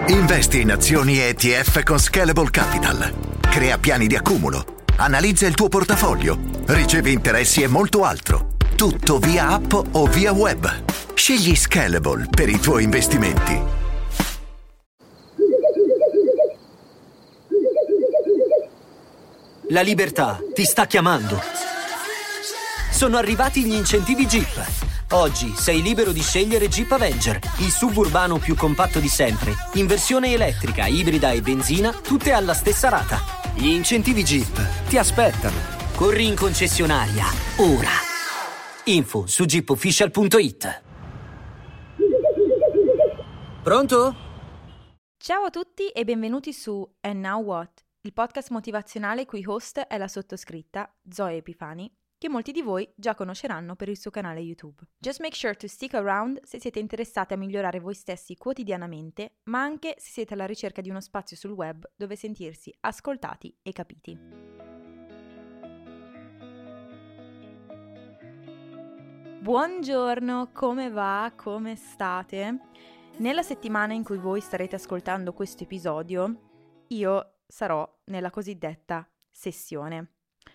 Investi in azioni ETF con Scalable Capital. Crea piani di accumulo. Analizza il tuo portafoglio. Ricevi interessi e molto altro. Tutto via app o via web. Scegli Scalable per i tuoi investimenti. La libertà ti sta chiamando. Sono arrivati gli incentivi Jeep. Oggi sei libero di scegliere Jeep Avenger, il suburbano più compatto di sempre, in versione elettrica, ibrida e benzina, tutte alla stessa rata. Gli incentivi Jeep ti aspettano. Corri in concessionaria, ora. Info su jeepofficial.it. Pronto? Ciao a tutti e benvenuti su And Now What, il podcast motivazionale cui host è la sottoscritta, Zoe Epifani, che molti di voi già conosceranno per il suo canale YouTube. Just make sure to stick around se siete interessati a migliorare voi stessi quotidianamente, ma anche se siete alla ricerca di uno spazio sul web dove sentirsi ascoltati e capiti. Buongiorno, come va? Come state? Nella settimana in cui voi starete ascoltando questo episodio, io sarò nella cosiddetta sessione.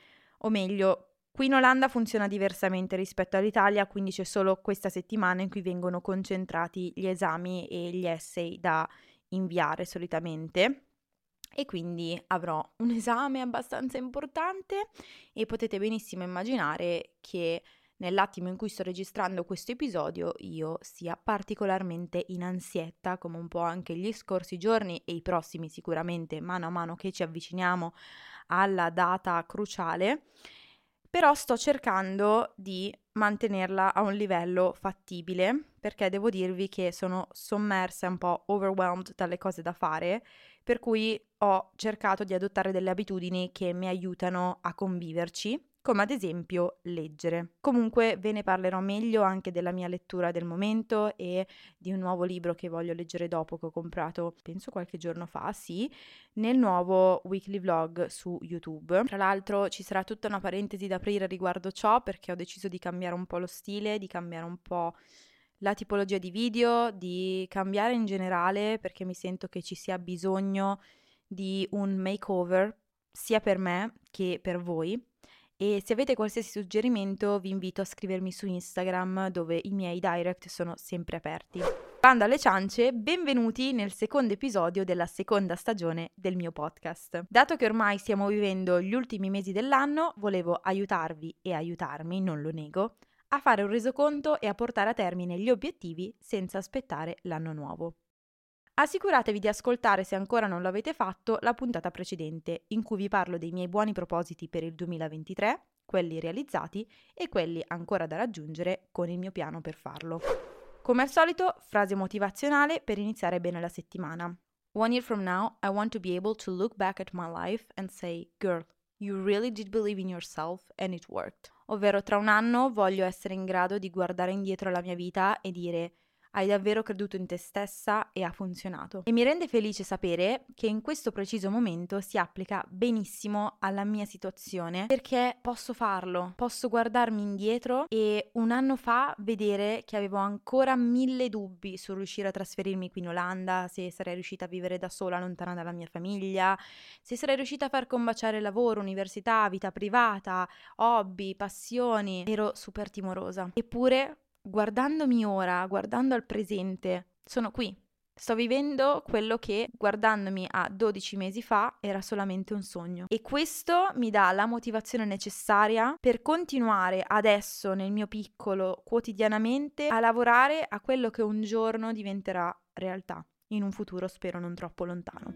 O meglio, qui in Olanda funziona diversamente rispetto all'Italia, quindi c'è solo questa settimana in cui vengono concentrati gli esami e gli essay da inviare solitamente. E quindi avrò un esame abbastanza importante e potete benissimo immaginare che nell'attimo in cui sto registrando questo episodio io sia particolarmente in ansietta, come un po' anche gli scorsi giorni e i prossimi sicuramente, mano a mano che ci avviciniamo alla data cruciale. Però sto cercando di mantenerla a un livello fattibile, perché devo dirvi che sono sommersa, un po' overwhelmed dalle cose da fare, per cui ho cercato di adottare delle abitudini che mi aiutano a conviverci, come ad esempio leggere. Comunque ve ne parlerò meglio anche della mia lettura del momento e di un nuovo libro che voglio leggere dopo, che ho comprato penso qualche giorno fa, sì, nel nuovo weekly vlog su YouTube. Tra l'altro ci sarà tutta una parentesi da aprire riguardo ciò, perché ho deciso di cambiare un po' lo stile, di cambiare un po' la tipologia di video, di cambiare in generale, perché mi sento che ci sia bisogno di un makeover sia per me che per voi. E se avete qualsiasi suggerimento vi invito a scrivermi su Instagram, dove i miei direct sono sempre aperti. Bando alle ciance, benvenuti nel secondo episodio della seconda stagione del mio podcast. Dato che ormai stiamo vivendo gli ultimi mesi dell'anno, volevo aiutarvi e aiutarmi, non lo nego, a fare un resoconto e a portare a termine gli obiettivi senza aspettare l'anno nuovo. Assicuratevi di ascoltare, se ancora non l'avete fatto, la puntata precedente, in cui vi parlo dei miei buoni propositi per il 2023, quelli realizzati e quelli ancora da raggiungere con il mio piano per farlo. Come al solito, frase motivazionale per iniziare bene la settimana. 1 year from now, I want to be able to look back at my life and say, girl, you really did believe in yourself and it worked. Ovvero, tra un anno voglio essere in grado di guardare indietro alla mia vita e dire: hai davvero creduto in te stessa e ha funzionato. E mi rende felice sapere che in questo preciso momento si applica benissimo alla mia situazione, perché posso farlo, posso guardarmi indietro e un anno fa vedere che avevo ancora 1000 dubbi sul riuscire a trasferirmi qui in Olanda, se sarei riuscita a vivere da sola lontana dalla mia famiglia, se sarei riuscita a far combaciare lavoro, università, vita privata, hobby, passioni. Ero super timorosa. Eppure, guardandomi ora, guardando al presente, sono qui. Sto vivendo quello che, guardandomi a 12 mesi fa, era solamente un sogno. E questo mi dà la motivazione necessaria per continuare adesso, nel mio piccolo, quotidianamente, a lavorare a quello che un giorno diventerà realtà, in un futuro spero non troppo lontano.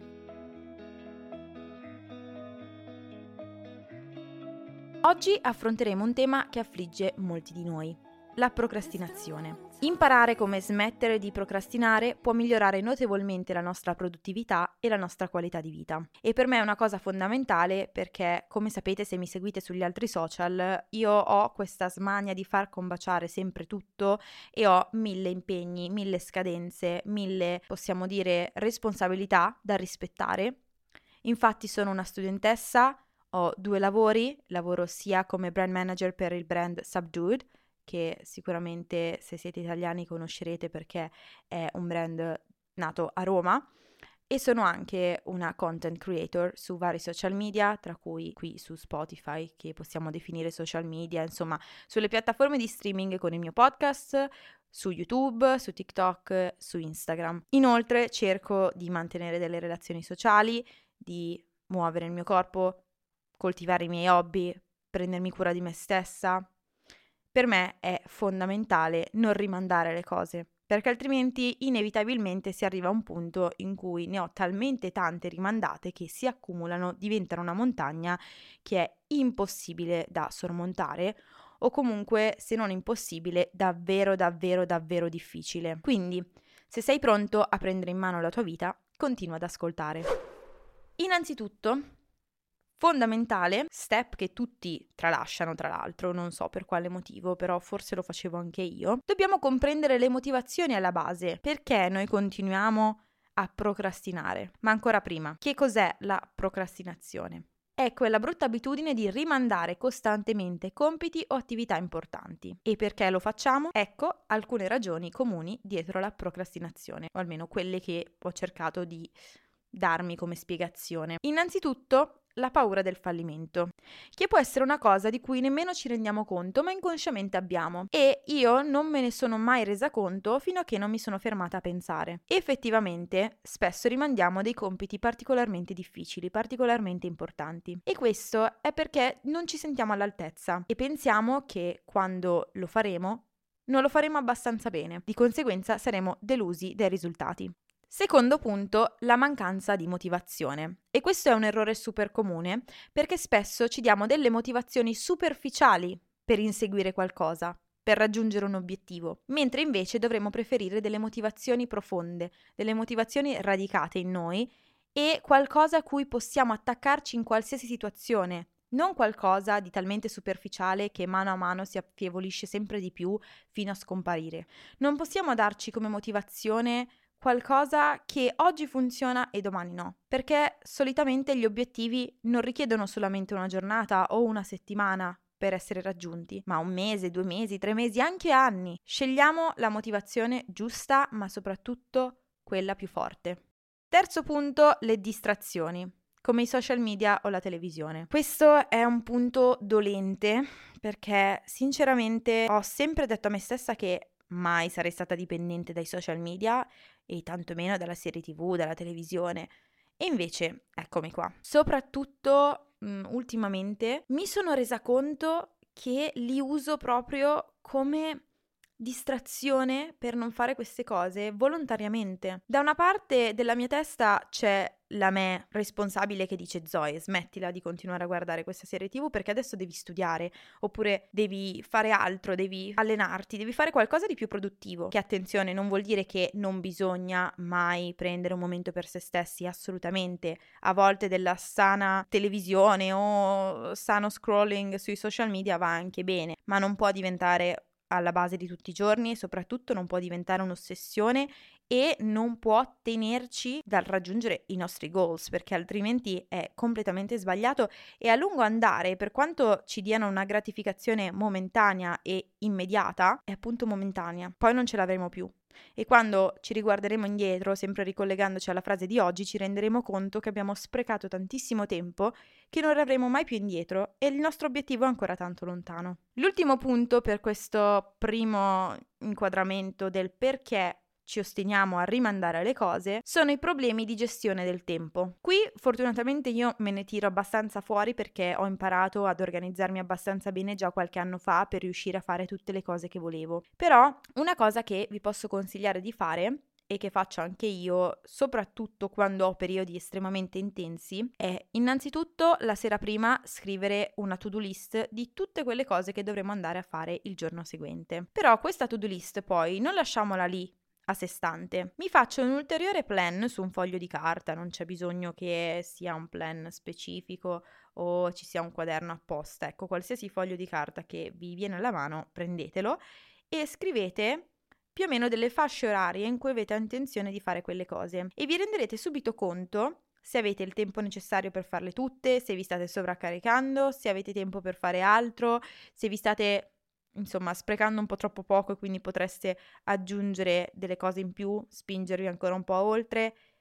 Oggi affronteremo un tema che affligge molti di noi: la procrastinazione. Imparare come smettere di procrastinare può migliorare notevolmente la nostra produttività e la nostra qualità di vita. E per me è una cosa fondamentale perché, come sapete se mi seguite sugli altri social, io ho questa smania di far combaciare sempre tutto e ho 1000 impegni, 1000 scadenze, 1000, possiamo dire, responsabilità da rispettare. Infatti sono una studentessa, ho 2 lavori, lavoro sia come brand manager per il brand Subdued, che sicuramente se siete italiani conoscerete perché è un brand nato a Roma, e sono anche una content creator su vari social media, tra cui qui su Spotify, che possiamo definire social media, insomma, sulle piattaforme di streaming con il mio podcast, su YouTube, su TikTok, su Instagram. Inoltre cerco di mantenere delle relazioni sociali, di muovere il mio corpo, coltivare i miei hobby, prendermi cura di me stessa. Per me è fondamentale non rimandare le cose, perché altrimenti inevitabilmente si arriva a un punto in cui ne ho talmente tante rimandate che si accumulano, diventano una montagna che è impossibile da sormontare, o comunque, se non impossibile, davvero davvero davvero difficile. Quindi, se sei pronto a prendere in mano la tua vita, continua ad ascoltare. Innanzitutto, fondamentale, step che tutti tralasciano tra l'altro, non so per quale motivo, però forse lo facevo anche io, dobbiamo comprendere le motivazioni alla base, perché noi continuiamo a procrastinare. Ma ancora prima, che cos'è la procrastinazione? È quella brutta abitudine di rimandare costantemente compiti o attività importanti. E perché lo facciamo? Ecco alcune ragioni comuni dietro la procrastinazione, o almeno quelle che ho cercato di darmi come spiegazione. Innanzitutto, la paura del fallimento, che può essere una cosa di cui nemmeno ci rendiamo conto, ma inconsciamente abbiamo. E io non me ne sono mai resa conto fino a che non mi sono fermata a pensare. Effettivamente, spesso rimandiamo dei compiti particolarmente difficili, particolarmente importanti. E questo è perché non ci sentiamo all'altezza e pensiamo che quando lo faremo, non lo faremo abbastanza bene. Di conseguenza saremo delusi dai risultati. Secondo punto, la mancanza di motivazione. E questo è un errore super comune perché spesso ci diamo delle motivazioni superficiali per inseguire qualcosa, per raggiungere un obiettivo, mentre invece dovremmo preferire delle motivazioni profonde, delle motivazioni radicate in noi e qualcosa a cui possiamo attaccarci in qualsiasi situazione, non qualcosa di talmente superficiale che mano a mano si affievolisce sempre di più fino a scomparire. Non possiamo darci come motivazione qualcosa che oggi funziona e domani no, perché solitamente gli obiettivi non richiedono solamente una giornata o una settimana per essere raggiunti, ma un mese, 2 mesi, 3 mesi, anche anni. Scegliamo la motivazione giusta, ma soprattutto quella più forte. Terzo punto, le distrazioni, come i social media o la televisione. Questo è un punto dolente perché sinceramente ho sempre detto a me stessa che mai sarei stata dipendente dai social media e tantomeno dalla serie TV, dalla televisione. E invece, eccomi qua. Soprattutto ultimamente mi sono resa conto che li uso proprio come distrazione per non fare queste cose volontariamente. Da una parte della mia testa c'è la me responsabile che dice: Zoe, smettila di continuare a guardare questa serie TV perché adesso devi studiare, oppure devi fare altro, devi allenarti, devi fare qualcosa di più produttivo. Che attenzione, non vuol dire che non bisogna mai prendere un momento per se stessi, assolutamente. A volte della sana televisione o sano scrolling sui social media va anche bene, ma non può diventare alla base di tutti i giorni e soprattutto non può diventare un'ossessione e non può tenerci dal raggiungere i nostri goals, perché altrimenti è completamente sbagliato e a lungo andare, per quanto ci diano una gratificazione momentanea e immediata, è appunto momentanea, poi non ce l'avremo più. E quando ci riguarderemo indietro, sempre ricollegandoci alla frase di oggi, ci renderemo conto che abbiamo sprecato tantissimo tempo che non avremo mai più indietro e il nostro obiettivo è ancora tanto lontano. L'ultimo punto per questo primo inquadramento del perché ci ostiniamo a rimandare le cose sono i problemi di gestione del tempo. Qui fortunatamente io me ne tiro abbastanza fuori perché ho imparato ad organizzarmi abbastanza bene già qualche anno fa per riuscire a fare tutte le cose che volevo. Però una cosa che vi posso consigliare di fare e che faccio anche io, soprattutto quando ho periodi estremamente intensi, è innanzitutto la sera prima scrivere una to-do list di tutte quelle cose che dovremo andare a fare il giorno seguente. Però questa to-do list poi non lasciamola lì a sé stante. Mi faccio un ulteriore plan su un foglio di carta, non c'è bisogno che sia un plan specifico o ci sia un quaderno apposta. Ecco, qualsiasi foglio di carta che vi viene alla mano, prendetelo e scrivete più o meno delle fasce orarie in cui avete intenzione di fare quelle cose e vi renderete subito conto se avete il tempo necessario per farle tutte, se vi state sovraccaricando, se avete tempo per fare altro, se vi state sprecando un po' troppo poco e quindi potreste aggiungere delle cose in più, spingervi ancora un po' oltre.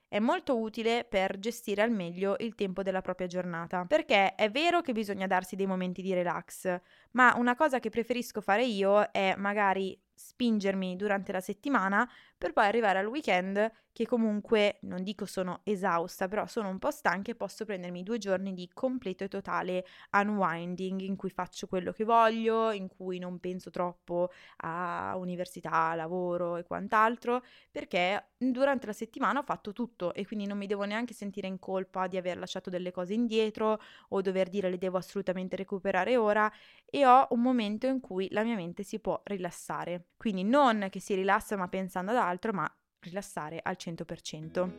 è molto utile per gestire al meglio il tempo della propria giornata, perché è vero che bisogna darsi dei momenti di relax, ma una cosa che preferisco fare io è magari spingermi durante la settimana per poi arrivare al weekend che comunque, non dico sono esausta, però sono un po' stanca e posso prendermi 2 giorni di completo e totale unwinding in cui faccio quello che voglio, in cui non penso troppo a università, lavoro e quant'altro, perché durante la settimana ho fatto tutto e quindi non mi devo neanche sentire in colpa di aver lasciato delle cose indietro o dover dire le devo assolutamente recuperare ora, e ho un momento in cui la mia mente si può rilassare. Quindi non che si rilassa ma pensando ad altro, ma rilassare al 100%.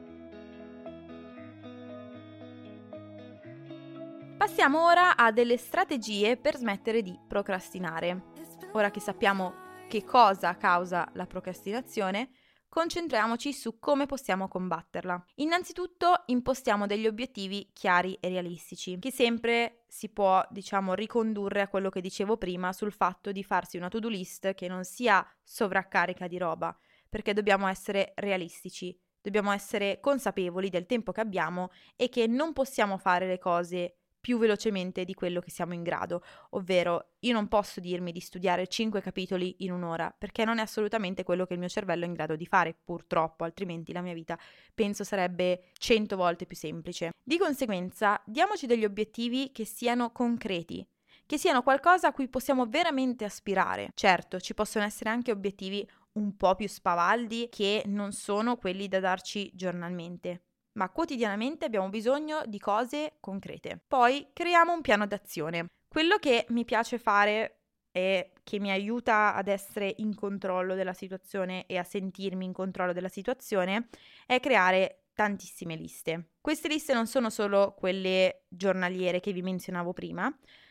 Passiamo ora a delle strategie per smettere di procrastinare. Ora che sappiamo che cosa causa la procrastinazione, concentriamoci su come possiamo combatterla. Innanzitutto impostiamo degli obiettivi chiari e realistici, che sempre si può, ricondurre a quello che dicevo prima sul fatto di farsi una to-do list che non sia sovraccarica di roba, perché dobbiamo essere realistici, dobbiamo essere consapevoli del tempo che abbiamo e che non possiamo fare le cose più velocemente di quello che siamo in grado, ovvero io non posso dirmi di studiare 5 capitoli in un'ora, perché non è assolutamente quello che il mio cervello è in grado di fare, purtroppo, altrimenti la mia vita penso sarebbe 100 volte più semplice. Di conseguenza, diamoci degli obiettivi che siano concreti, che siano qualcosa a cui possiamo veramente aspirare. Certo, ci possono essere anche obiettivi un po' più spavaldi che non sono quelli da darci giornalmente, ma quotidianamente abbiamo bisogno di cose concrete. Poi creiamo un piano d'azione. Quello che mi piace fare e che mi aiuta ad essere in controllo della situazione e a sentirmi in controllo della situazione è creare tantissime liste. Queste liste non sono solo quelle giornaliere che vi menzionavo prima,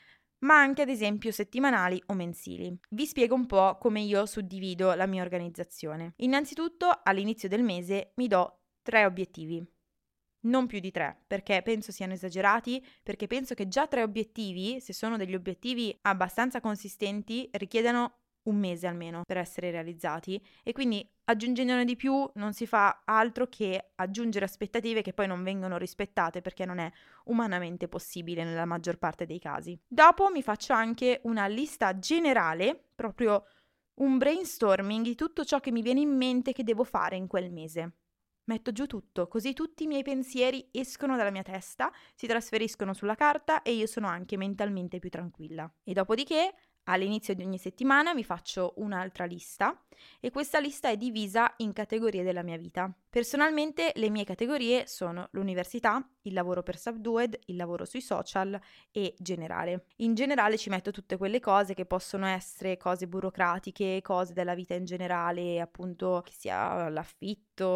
ma anche ad esempio settimanali o mensili. Vi spiego un po' come io suddivido la mia organizzazione. Innanzitutto, all'inizio del mese mi do 3 obiettivi. Non più di 3, perché penso siano esagerati, perché penso che già 3 obiettivi, se sono degli obiettivi abbastanza consistenti, richiedano un mese almeno per essere realizzati, e quindi aggiungendone di più non si fa altro che aggiungere aspettative che poi non vengono rispettate, perché non è umanamente possibile nella maggior parte dei casi. Dopo mi faccio anche una lista generale, proprio un brainstorming di tutto ciò che mi viene in mente che devo fare in quel mese. Metto giù tutto, così tutti i miei pensieri escono dalla mia testa, si trasferiscono sulla carta e io sono anche mentalmente più tranquilla. E dopodiché, all'inizio di ogni settimana mi faccio un'altra lista e questa lista è divisa in categorie della mia vita. Personalmente le mie categorie sono l'università, il lavoro per Subdued, il lavoro sui social e generale. In generale ci metto tutte quelle cose che possono essere cose burocratiche, cose della vita in generale, appunto che sia l'affitto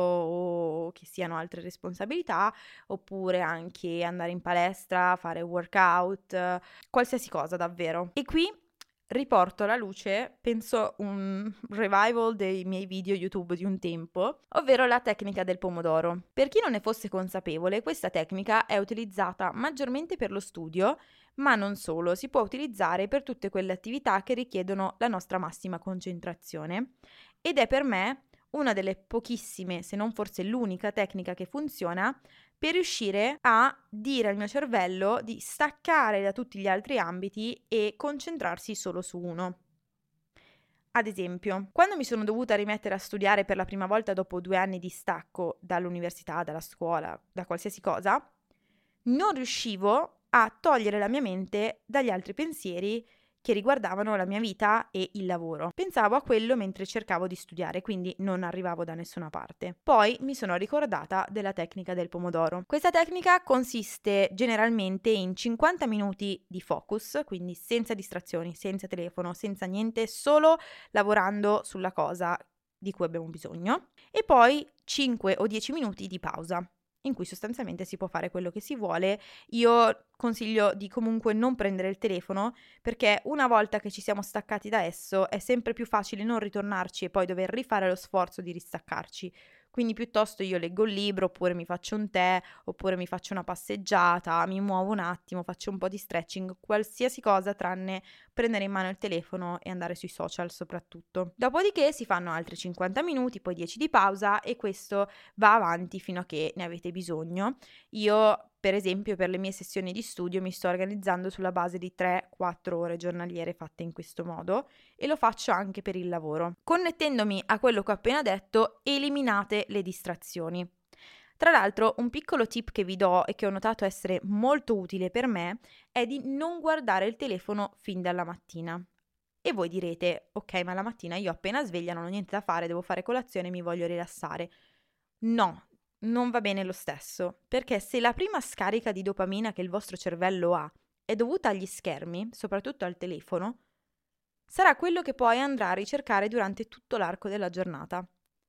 o che siano altre responsabilità, oppure anche andare in palestra, fare workout, qualsiasi cosa davvero. E qui riporto alla luce, penso, un revival dei miei video YouTube di un tempo, ovvero la tecnica del pomodoro. Per chi non ne fosse consapevole, questa tecnica è utilizzata maggiormente per lo studio, ma non solo, si può utilizzare per tutte quelle attività che richiedono la nostra massima concentrazione, ed è per me una delle pochissime, se non forse l'unica tecnica che funziona per riuscire a dire al mio cervello di staccare da tutti gli altri ambiti e concentrarsi solo su uno. Ad esempio, quando mi sono dovuta rimettere a studiare per la prima volta dopo 2 anni di stacco dall'università, dalla scuola, da qualsiasi cosa, non riuscivo a togliere la mia mente dagli altri pensieri che riguardavano la mia vita e il lavoro. Pensavo a quello mentre cercavo di studiare, quindi non arrivavo da nessuna parte. Poi mi sono ricordata della tecnica del pomodoro. Questa tecnica consiste generalmente in 50 minuti di focus, quindi senza distrazioni, senza telefono, senza niente, solo lavorando sulla cosa di cui abbiamo bisogno, e poi 5 o 10 minuti di pausa, in cui sostanzialmente si può fare quello che si vuole. Io consiglio di comunque non prendere il telefono, perché una volta che ci siamo staccati da esso è sempre più facile non ritornarci e poi dover rifare lo sforzo di ristaccarci. Quindi piuttosto io leggo il libro, oppure mi faccio un tè, oppure mi faccio una passeggiata, mi muovo un attimo, faccio un po' di stretching, qualsiasi cosa tranne prendere in mano il telefono e andare sui social soprattutto. Dopodiché si fanno altri 50 minuti, poi 10 di pausa e questo va avanti fino a che ne avete bisogno. Io, per esempio, per le mie sessioni di studio mi sto organizzando sulla base di 3-4 ore giornaliere fatte in questo modo e lo faccio anche per il lavoro. Connettendomi a quello che ho appena detto, eliminate le distrazioni. Tra l'altro, un piccolo tip che vi do e che ho notato essere molto utile per me è di non guardare il telefono fin dalla mattina. E voi direte, ok, ma la mattina io appena sveglia non ho niente da fare, devo fare colazione e mi voglio rilassare. No, non va bene lo stesso, perché se la prima scarica di dopamina che il vostro cervello ha è dovuta agli schermi, soprattutto al telefono, sarà quello che poi andrà a ricercare durante tutto l'arco della giornata.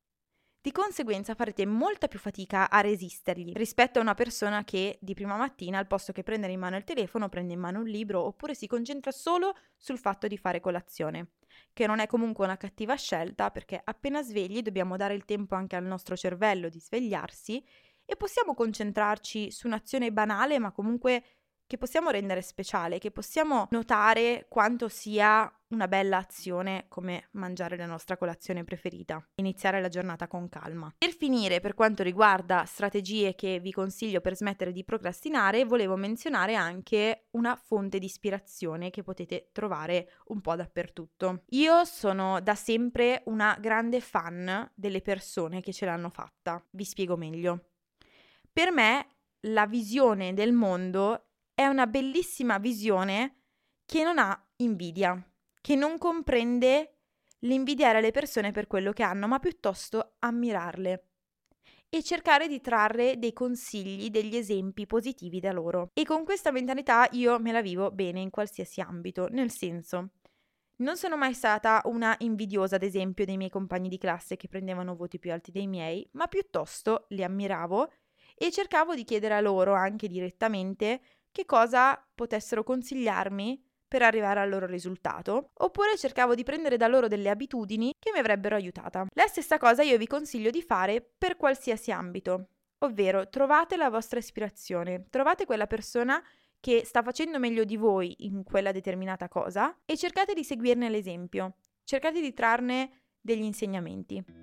Di conseguenza farete molta più fatica a resistergli rispetto a una persona che di prima mattina, al posto che prendere in mano il telefono, prende in mano un libro oppure si concentra solo sul fatto di fare colazione, che non è comunque una cattiva scelta perché appena svegli dobbiamo dare il tempo anche al nostro cervello di svegliarsi e possiamo concentrarci su un'azione banale ma comunque che possiamo rendere speciale, che possiamo notare quanto sia una bella azione come mangiare la nostra colazione preferita, iniziare la giornata con calma. Per finire, per quanto riguarda strategie che vi consiglio per smettere di procrastinare, volevo menzionare anche una fonte di ispirazione che potete trovare un po' dappertutto. Io sono da sempre una grande fan delle persone che ce l'hanno fatta. Vi spiego meglio. Per me la visione del mondo è una bellissima visione che non ha invidia, che non comprende l'invidiare le persone per quello che hanno, ma piuttosto ammirarle e cercare di trarre dei consigli, degli esempi positivi da loro. E con questa mentalità io me la vivo bene in qualsiasi ambito, nel senso, non sono mai stata una invidiosa, ad esempio, dei miei compagni di classe che prendevano voti più alti dei miei, ma piuttosto li ammiravo e cercavo di chiedere a loro anche direttamente che cosa potessero consigliarmi per arrivare al loro risultato, oppure cercavo di prendere da loro delle abitudini che mi avrebbero aiutata. La stessa cosa io vi consiglio di fare per qualsiasi ambito, ovvero trovate la vostra ispirazione, trovate quella persona che sta facendo meglio di voi in quella determinata cosa e cercate di seguirne l'esempio, cercate di trarne degli insegnamenti.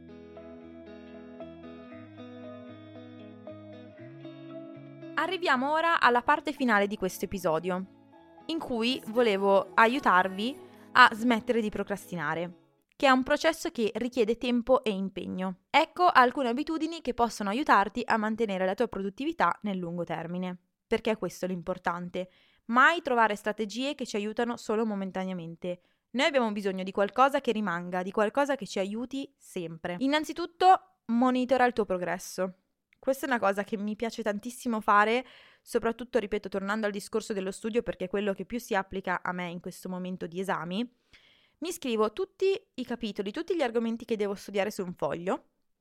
Arriviamo ora alla parte finale di questo episodio, in cui volevo aiutarvi a smettere di procrastinare, che è un processo che richiede tempo e impegno. Ecco alcune abitudini che possono aiutarti a mantenere la tua produttività nel lungo termine, perché è questo l'importante. Mai trovare strategie che ci aiutano solo momentaneamente. Noi abbiamo bisogno di qualcosa che rimanga, di qualcosa che ci aiuti sempre. Innanzitutto, monitora il tuo progresso. Questa è una cosa che mi piace tantissimo fare, soprattutto, ripeto, tornando al discorso dello studio, perché è quello che più si applica a me in questo momento di esami. Mi scrivo tutti i capitoli, tutti gli argomenti che devo studiare su un foglio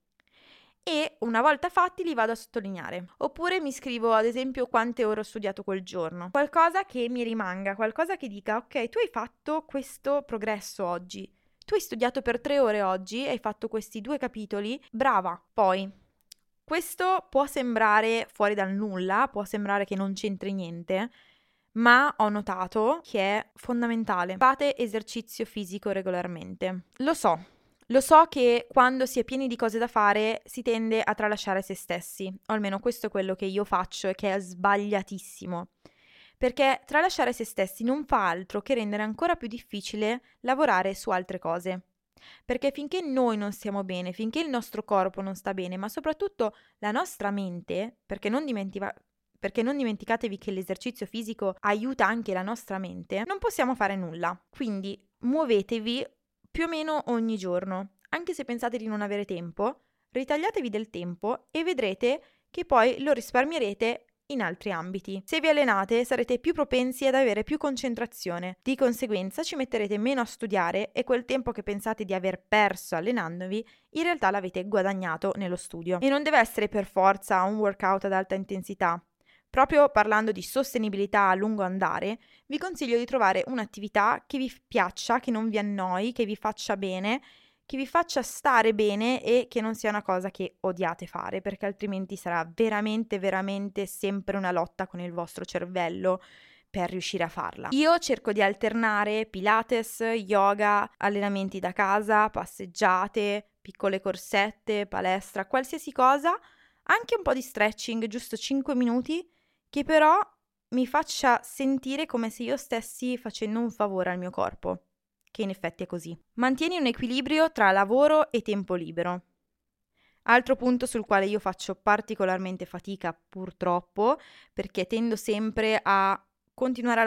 e una volta fatti li vado a sottolineare. Oppure mi scrivo, ad esempio, quante ore ho studiato quel giorno. Qualcosa che mi rimanga, qualcosa che dica, ok, tu hai fatto questo progresso oggi. Tu hai studiato per 3 ore oggi, hai fatto questi 2 capitoli, brava. Poi questo può sembrare fuori dal nulla, può sembrare che non c'entri niente, ma ho notato che è fondamentale. Fate esercizio fisico regolarmente. Lo so che quando si è pieni di cose da fare si tende a tralasciare se stessi, o almeno questo è quello che io faccio e che è sbagliatissimo. Perché tralasciare se stessi non fa altro che rendere ancora più difficile lavorare su altre cose. Perché finché noi non stiamo bene, finché il nostro corpo non sta bene, ma soprattutto la nostra mente, perché non dimenticatevi che l'esercizio fisico aiuta anche la nostra mente, non possiamo fare nulla. Quindi muovetevi più o meno ogni giorno. Anche se pensate di non avere tempo, ritagliatevi del tempo e vedrete che poi lo risparmierete in altri ambiti. Se vi allenate sarete più propensi ad avere più concentrazione, di conseguenza ci metterete meno a studiare e quel tempo che pensate di aver perso allenandovi in realtà l'avete guadagnato nello studio. E non deve essere per forza un workout ad alta intensità. Proprio parlando di sostenibilità a lungo andare, vi consiglio di trovare un'attività che vi piaccia, che non vi annoi, che vi faccia bene, che vi faccia stare bene e che non sia una cosa che odiate fare, perché altrimenti sarà veramente, veramente sempre una lotta con il vostro cervello per riuscire a farla. Io cerco di alternare Pilates, yoga, allenamenti da casa, passeggiate, piccole corsette, palestra, qualsiasi cosa, anche un po' di stretching, giusto 5 minuti, che però mi faccia sentire come se io stessi facendo un favore al mio corpo, che in effetti è così. Mantieni un equilibrio tra lavoro e tempo libero. Altro punto sul quale io faccio particolarmente fatica, purtroppo, perché tendo sempre a continuare a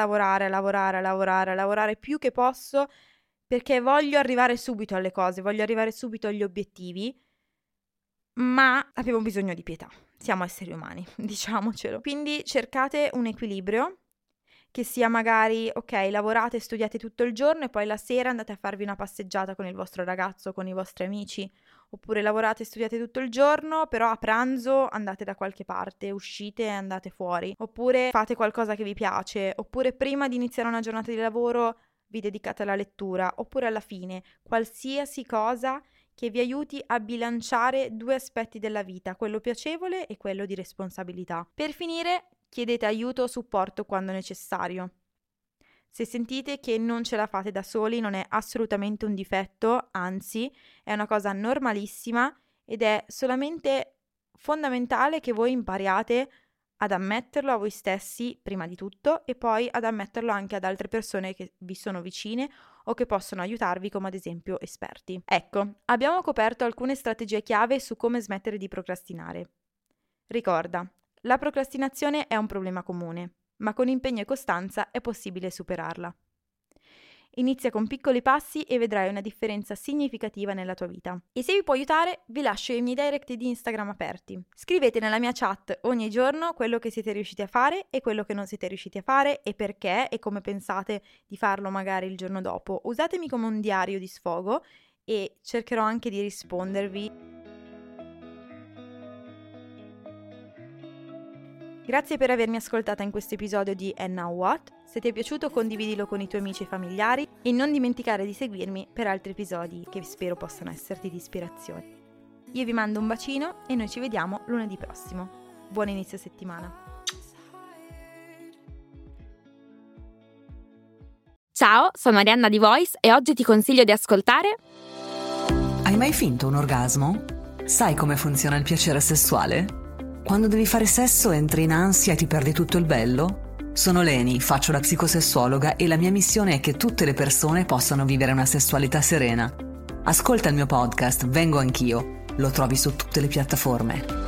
lavorare più che posso, perché voglio arrivare subito alle cose, voglio arrivare subito agli obiettivi, ma abbiamo bisogno di pietà. Siamo esseri umani, diciamocelo. Quindi cercate un equilibrio, che sia magari, ok, lavorate e studiate tutto il giorno e poi la sera andate a farvi una passeggiata con il vostro ragazzo, con i vostri amici, oppure lavorate e studiate tutto il giorno, però a pranzo andate da qualche parte, uscite e andate fuori, oppure fate qualcosa che vi piace, oppure prima di iniziare una giornata di lavoro vi dedicate alla lettura, oppure alla fine, qualsiasi cosa che vi aiuti a bilanciare due aspetti della vita, quello piacevole e quello di responsabilità. Per finire, chiedete aiuto o supporto quando necessario. Se sentite che non ce la fate da soli, non è assolutamente un difetto, anzi, è una cosa normalissima ed è solamente fondamentale che voi impariate ad ammetterlo a voi stessi prima di tutto e poi ad ammetterlo anche ad altre persone che vi sono vicine o che possono aiutarvi, come ad esempio esperti. Ecco, abbiamo coperto alcune strategie chiave su come smettere di procrastinare. Ricorda, la procrastinazione è un problema comune, ma con impegno e costanza è possibile superarla. Inizia con piccoli passi e vedrai una differenza significativa nella tua vita. E se vi può aiutare, vi lascio i miei direct di Instagram aperti. Scrivete nella mia chat ogni giorno quello che siete riusciti a fare e quello che non siete riusciti a fare e perché e come pensate di farlo magari il giorno dopo. Usatemi come un diario di sfogo e cercherò anche di rispondervi. Grazie per avermi ascoltata in questo episodio di And Now What. Se ti è piaciuto condividilo con i tuoi amici e familiari e non dimenticare di seguirmi per altri episodi che spero possano esserti di ispirazione. Io vi mando un bacino e noi ci vediamo lunedì prossimo. Buon inizio settimana. Ciao, sono Arianna di Voice e oggi ti consiglio di ascoltare... Hai mai finto un orgasmo? Sai come funziona il piacere sessuale? Quando devi fare sesso entri in ansia e ti perdi tutto il bello? Sono Leni, faccio la psicosessuologa e la mia missione è che tutte le persone possano vivere una sessualità serena. Ascolta il mio podcast Vengo Anch'io, lo trovi su tutte le piattaforme.